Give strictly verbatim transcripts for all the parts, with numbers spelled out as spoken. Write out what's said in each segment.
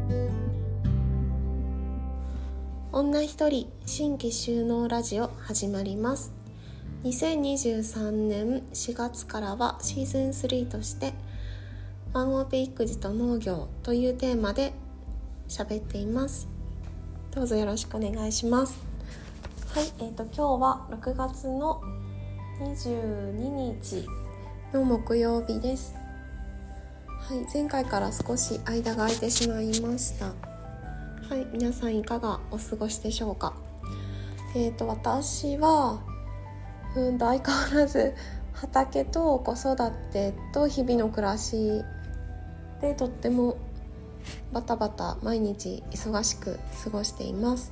女一人新規収納ラジオ始まります。にせんにじゅうさんねんしがつからはシーズンスリーとしてワンオペ育児と農業というテーマで喋っています。どうぞよろしくお願いします。はい、えーと今日はろくがつのにじゅうににちの木曜日です。はい、前回から少し間が空いてしまいました。はい、皆さんいかがお過ごしでしょうか。えーと私はうんと相変わらず畑と子育てと日々の暮らしでとってもバタバタ毎日忙しく過ごしています。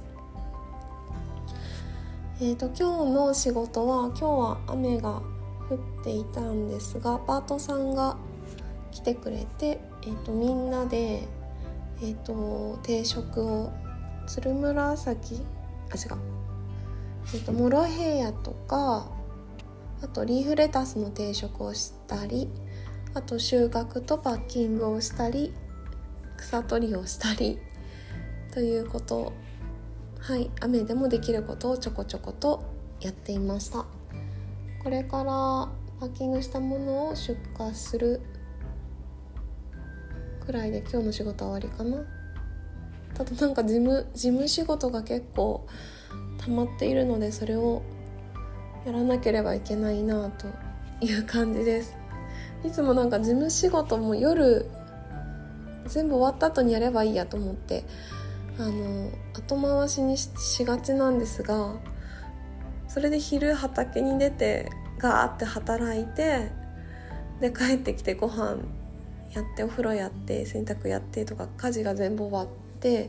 えーと今日の仕事は今日は雨が降っていたんですが、パートさんが来てくれて、えーとみんなで、えーと定食を鶴紫あ違うえーとモロヘイヤとか、あとリーフレタスの定食をしたり、あと収穫とパッキングをしたり、草取りをしたりということを、はい、雨でもできることをちょこちょことやっていました。これからパッキングしたものを出荷するくらいで今日の仕事は終わりかな。ただなんか事務、事務仕事が結構溜まっているので、それをやらなければいけないなという感じです。いつもなんか事務仕事も夜全部終わった後にやればいいやと思ってあの後回しに し, しがちなんですが、それで昼畑に出てガーって働いて、で帰ってきてご飯やってお風呂やって洗濯やってとか家事が全部終わって、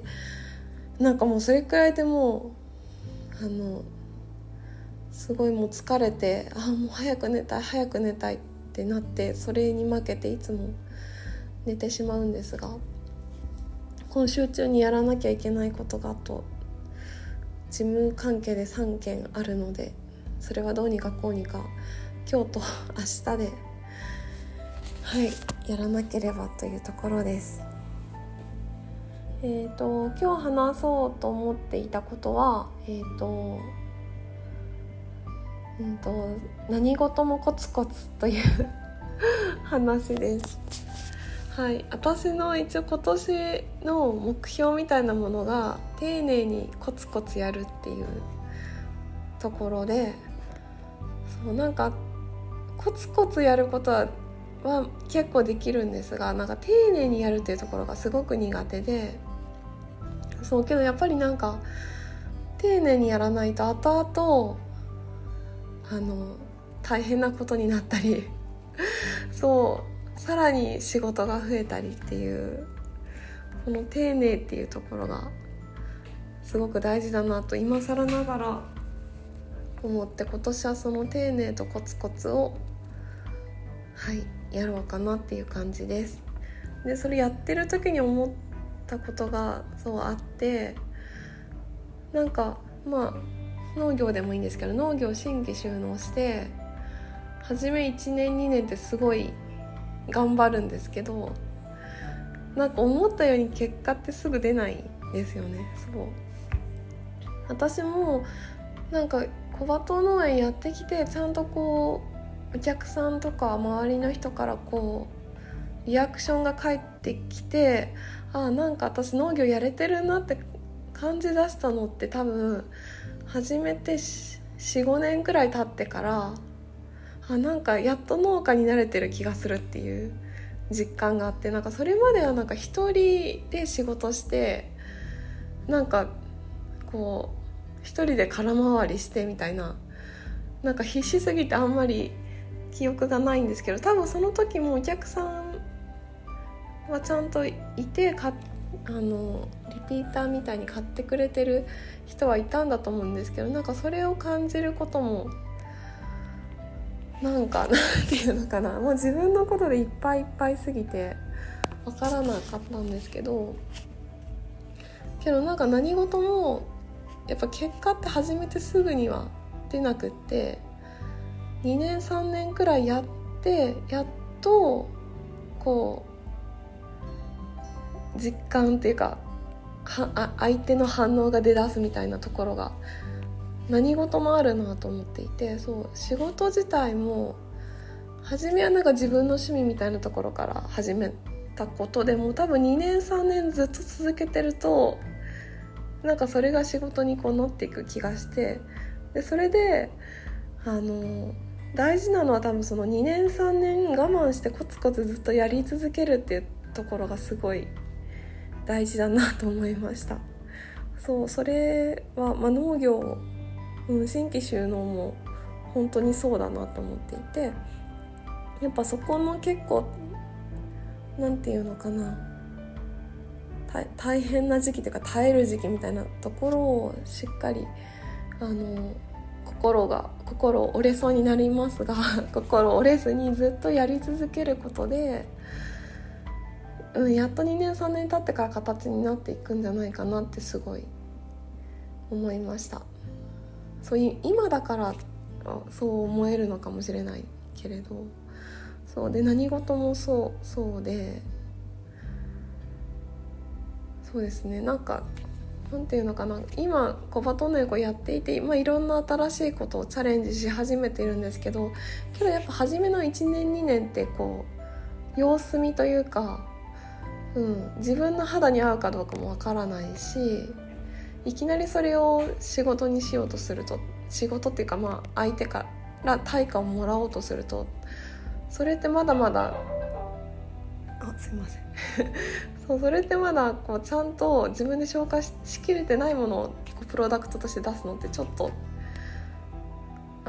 なんかもうそれくらいでもうあのすごいもう疲れて、あもう早く寝たい早く寝たいってなって、それに負けていつも寝てしまうんですが、今週中にやらなきゃいけないことがあと事務関係でさんけんあるので、それはどうにかこうにか今日と明日ではいやらなければというところです。えーと今日話そうと思っていたことはえーとうんと何事もコツコツという話です。はい、私の一応今年の目標みたいなものが丁寧にコツコツやるっていうところで、そうなんかコツコツやることは、は結構できるんですが、なんか丁寧にやるっていうところがすごく苦手で、そうけどやっぱりなんか丁寧にやらないと後々あの大変なことになったりそうさらに仕事が増えたりっていう、この丁寧っていうところがすごく大事だなと今更ながら思って、今年はその丁寧とコツコツをはいやろうかなっていう感じです。でそれやってる時に思ったことがそうあって、なんかまあ農業でもいいんですけど、農業新規収納して初めいちねんにねんってすごい頑張るんですけど、なんか思ったように結果ってすぐ出ないんですよね。そう私もなんか小鳩農園やってきて、ちゃんとこうお客さんとか周りの人からこうリアクションが返ってきて、あなんか私農業やれてるなって感じ出したのって多分始めて よん,ご 年くらい経ってから、あなんかやっと農家に慣れてる気がするっていう実感があって、なんかそれまではなんか一人で仕事してなんかこう一人で空回りしてみたいな、なんか必死すぎてあんまり記憶がないんですけど、多分その時もお客さんはちゃんといてかあのリピーターみたいに買ってくれてる人はいたんだと思うんですけど、なんかそれを感じることもなんかなんていうのかな、もう自分のことでいっぱいいっぱいすぎて分からなかったんですけど、けどなんか何事もやっぱ結果って始めてすぐには出なくって、にねんさんねんくらいやってやっとこ実感っていうかはあ相手の反応が出だすみたいなところが何事もあるなと思っていて、そう仕事自体も初めはなんか自分の趣味みたいなところから始めたことでも多分にねんさんねんずっと続けてるとなんかそれが仕事にこうなっていく気がして、でそれであの大事なのは多分そのにねんさんねん我慢してコツコツずっとやり続けるっていうところがすごい大事だなと思いました。そうそれは、まあ、農業、うん、新規収納も本当にそうだなと思っていて、やっぱそこの結構なんていうのかな大変な時期というか耐える時期みたいなところをしっかりあの心が心折れそうになりますが心折れずにずっとやり続けることで、うん、やっとにねんさんねん経ってから形になっていくんじゃないかなってすごい思いました。そういう今だからそう思えるのかもしれないけれど、そうで何事もそうそうでそうですね、なんかなんていうのかな、今コバトネコやっていて、まあ、いろんな新しいことをチャレンジし始めているんですけど、けどやっぱ初めのいちねんにねんってこう様子見というか、うん、自分の肌に合うかどうかもわからないし、いきなりそれを仕事にしようとすると、仕事っていうかまあ相手から対価をもらおうとすると、それってまだまだあすいませんそうそれってまだこうちゃんと自分で消化 し, しきれてないものをプロダクトとして出すのってちょっと、うん、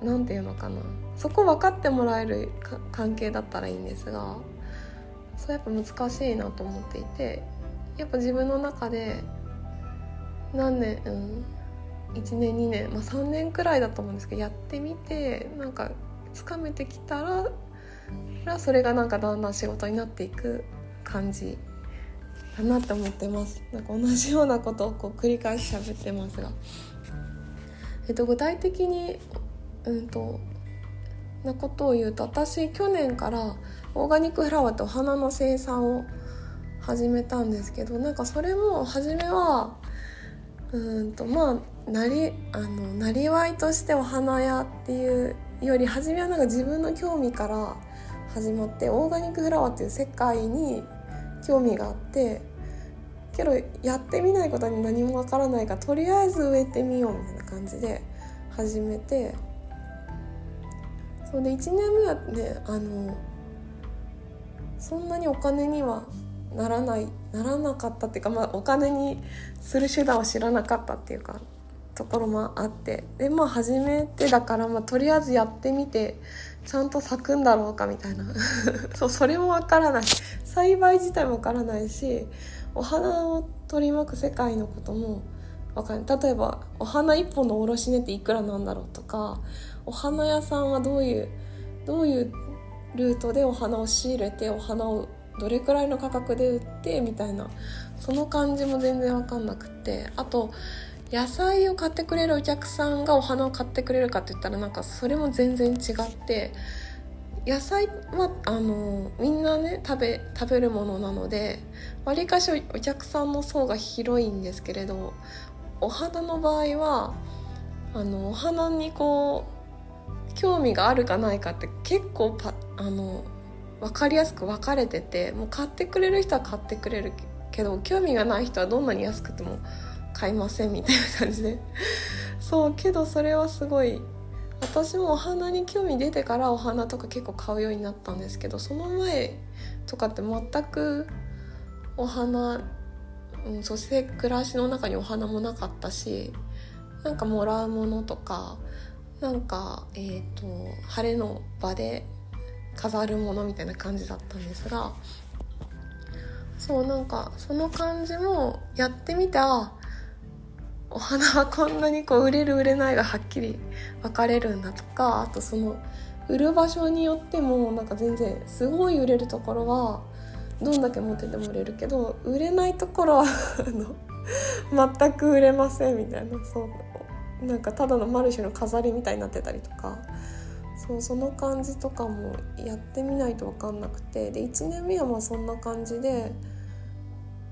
なんていうのかな、そこ分かってもらえる関係だったらいいんですが、それやっぱ難しいなと思っていて、やっぱ自分の中で何年、うん、いちねんにねん、まあ、さんねんくらいだと思うんですけどやってみてなんかつかめてきたらそれがなんかだんだん仕事になっていく感じかなって思ってます。なんか同じようなことをこう繰り返し喋ってますが、えっと、具体的に、うんと、なことを言うと、私去年からオーガニックフラワーってお花の生産を始めたんですけど、なんかそれも初めはうんとまあなりあのなりわいとしてお花屋っていうより、初めはなんか自分の興味から始まって、オーガニックフラワーっていう世界に興味があって、けどやってみないことに何もわからないからとりあえず植えてみようみたいな感じで始めて、それでいちねんめはねあのそんなにお金にはならないならなかったっていうか、まあ、お金にする手段を知らなかったっていうかところもあって、でまあ初めてだから、まあ、とりあえずやってみてちゃんと咲くんだろうかみたいなそうそれもわからない、栽培自体もわからないし、お花を取り巻く世界のこともわかんない。例えばお花一本の卸値っていくらなんだろうとか、お花屋さんはどういうどういうルートでお花を仕入れてお花をどれくらいの価格で売ってみたいな、その感じも全然わかんなくて、あと野菜を買ってくれるお客さんがお花を買ってくれるかって言ったらなんかそれも全然違って、野菜はあのみんなね食べ食べるものなのでわりかしお客さんの層が広いんですけれど、お花の場合はあのお花にこう興味があるかないかって結構パあの分かりやすく分かれてて、もう買ってくれる人は買ってくれるけど興味がない人はどんなに安くても買いませんみたいな感じでそうけどそれはすごい、私もお花に興味出てからお花とか結構買うようになったんですけど、その前とかって全くお花、うん、そして暮らしの中にお花もなかったし、なんかもらうものとかなんか、えーと、晴れの場で飾るものみたいな感じだったんですが、そうなんかその感じもやってみた、お花はこんなにこう売れる売れないがはっきり分かれるんだとか、あとその売る場所によってもなんか全然すごい売れるところはどんだけ持ってても売れるけど、売れないところはあの全く売れませんみたいな、そうなんかただのマルシェの飾りみたいになってたりとか、そうその感じとかもやってみないと分かんなくて、でいちねんめはまあそんな感じで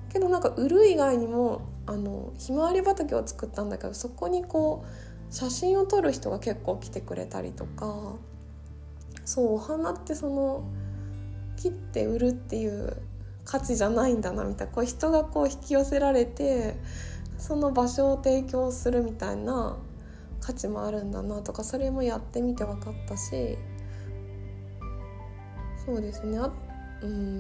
けどなんか売る以外にもあのひまわり畑を作ったんだけど、そこにこう写真を撮る人が結構来てくれたりとか、そうお花ってその切って売るっていう価値じゃないんだなみたいな、こう人がこう引き寄せられてその場所を提供するみたいな価値もあるんだなとか、それもやってみて分かったし、そうですね、あ、うん、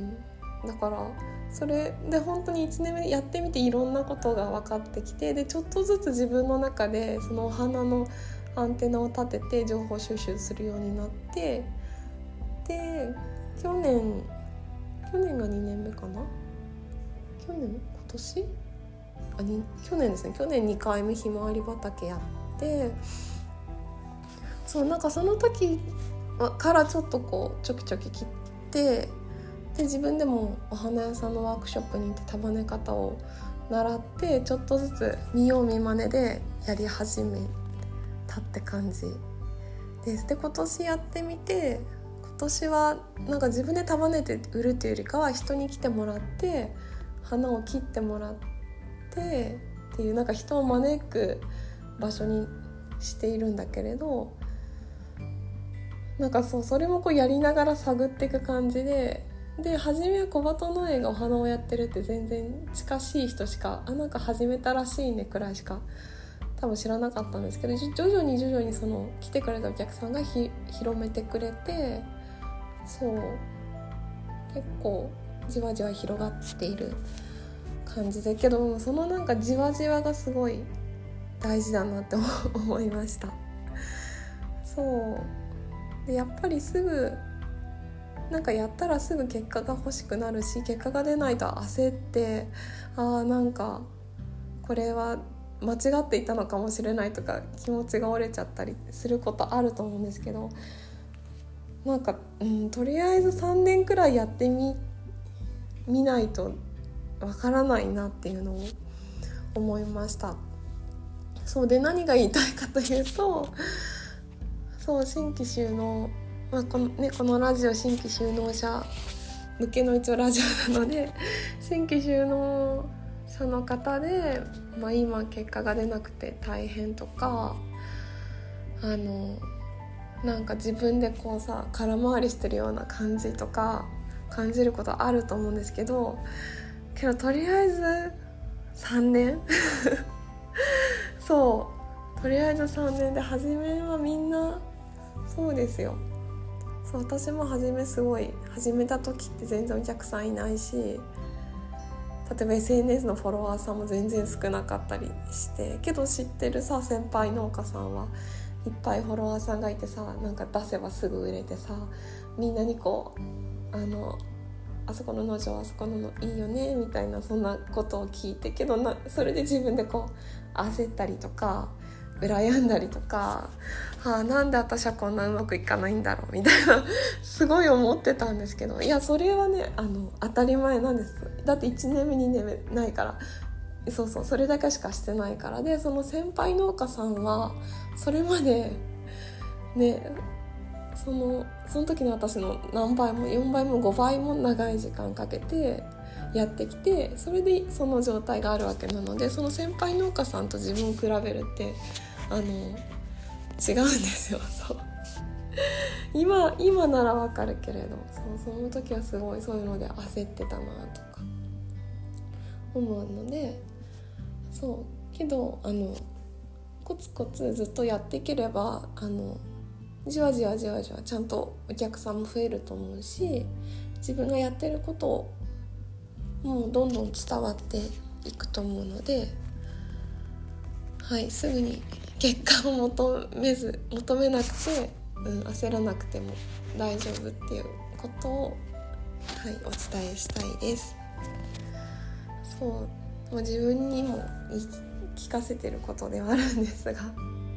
だからそれで本当にいちねんめやってみていろんなことが分かってきて、でちょっとずつ自分の中でそのお花のアンテナを立てて情報収集するようになって、で去年去年がにねんめかな去年今年あに去年ですね去年にかいめひまわり畑やって、そうなんかその時からちょっとこうちょきちょき切って、で自分でもお花屋さんのワークショップに行って束ね方を習って、ちょっとずつ見よう見まねでやり始めたって感じです。で今年やってみて、今年はなんか自分で束ねて売るっていうよりかは人に来てもらって花を切ってもらってっていう、なんか人を招く場所にしているんだけれど、なんかそうそれもこうやりながら探っていく感じで、で初めは小鳩農園がお花をやってるって全然近しい人しか、あなんか始めたらしいねくらいしか多分知らなかったんですけど、徐々に徐々にその来てくれたお客さんがひ広めてくれて、そう結構じわじわ広がっている感じで、けどそのなんかじわじわがすごい大事だなって思いました。そうでやっぱりすぐなんかやったらすぐ結果が欲しくなるし、結果が出ないと焦って、あーなんかこれは間違っていたのかもしれないとか気持ちが折れちゃったりすることあると思うんですけど、なんか、うん、とりあえずさんねんくらいやってみ見ないとわからないなっていうのを思いました。そうで何が言いたいかというと、そう新規就農、まあこのね、このラジオ新規就農者向けの一応ラジオなので、新規就農者の方で、まあ、今結果が出なくて大変とか、あのなんか自分でこうさ空回りしてるような感じとか感じることあると思うんですけど、けどとりあえずさんねんそうとりあえずさんねんで、初めはみんなそうですよ。そう私も初めすごい始めた時って全然お客さんいないし、例えば エスエヌエス のフォロワーさんも全然少なかったりして、けど知ってるさ先輩農家さんはいっぱいフォロワーさんがいてさ、なんか出せばすぐ売れてさ、みんなにこうあのあそこの農場あそこののいいよねみたいな、そんなことを聞いて、けどなそれで自分でこう焦ったりとか羨んだりとか、はあ、なんで私はこんなうまくいかないんだろうみたいなすごい思ってたんですけど、いやそれはねあの当たり前なんです。だっていちねんめにねんめないから、そうそうそれだけしかしてないから。でその先輩農家さんはそれまでねそのその時の私の何倍もよんばいもごばいも長い時間かけてやってきて、それでその状態があるわけなので、その先輩農家さんと自分を比べるってあの違うんですよ。そう今今ならわかるけれど、そうその時はすごいそういうので焦ってたなとか思うので、そうけどあのコツコツずっとやっていければ、あのじわじわじわじわちゃんとお客さんも増えると思うし、自分がやってることをもうどんどん伝わっていくと思うので、はい、すぐに結果を求めず求めなくて、うん、焦らなくても大丈夫っていうことを、はい、お伝えしたいです。そう、もう自分にも言い聞かせてることではあるんですが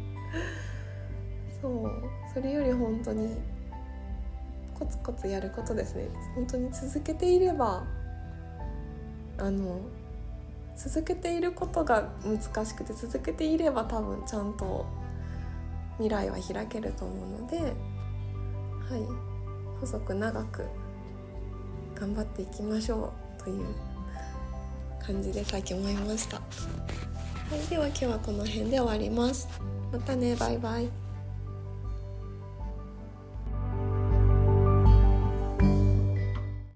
そうそれより本当にコツコツやることですね。本当に続けていれば、あの続けていることが難しくて、続けていれば多分ちゃんと未来は開けると思うので、はい、細く長く頑張っていきましょうという感じでさっき思いました。はい、では今日はこの辺で終わります。またね、バイバイ。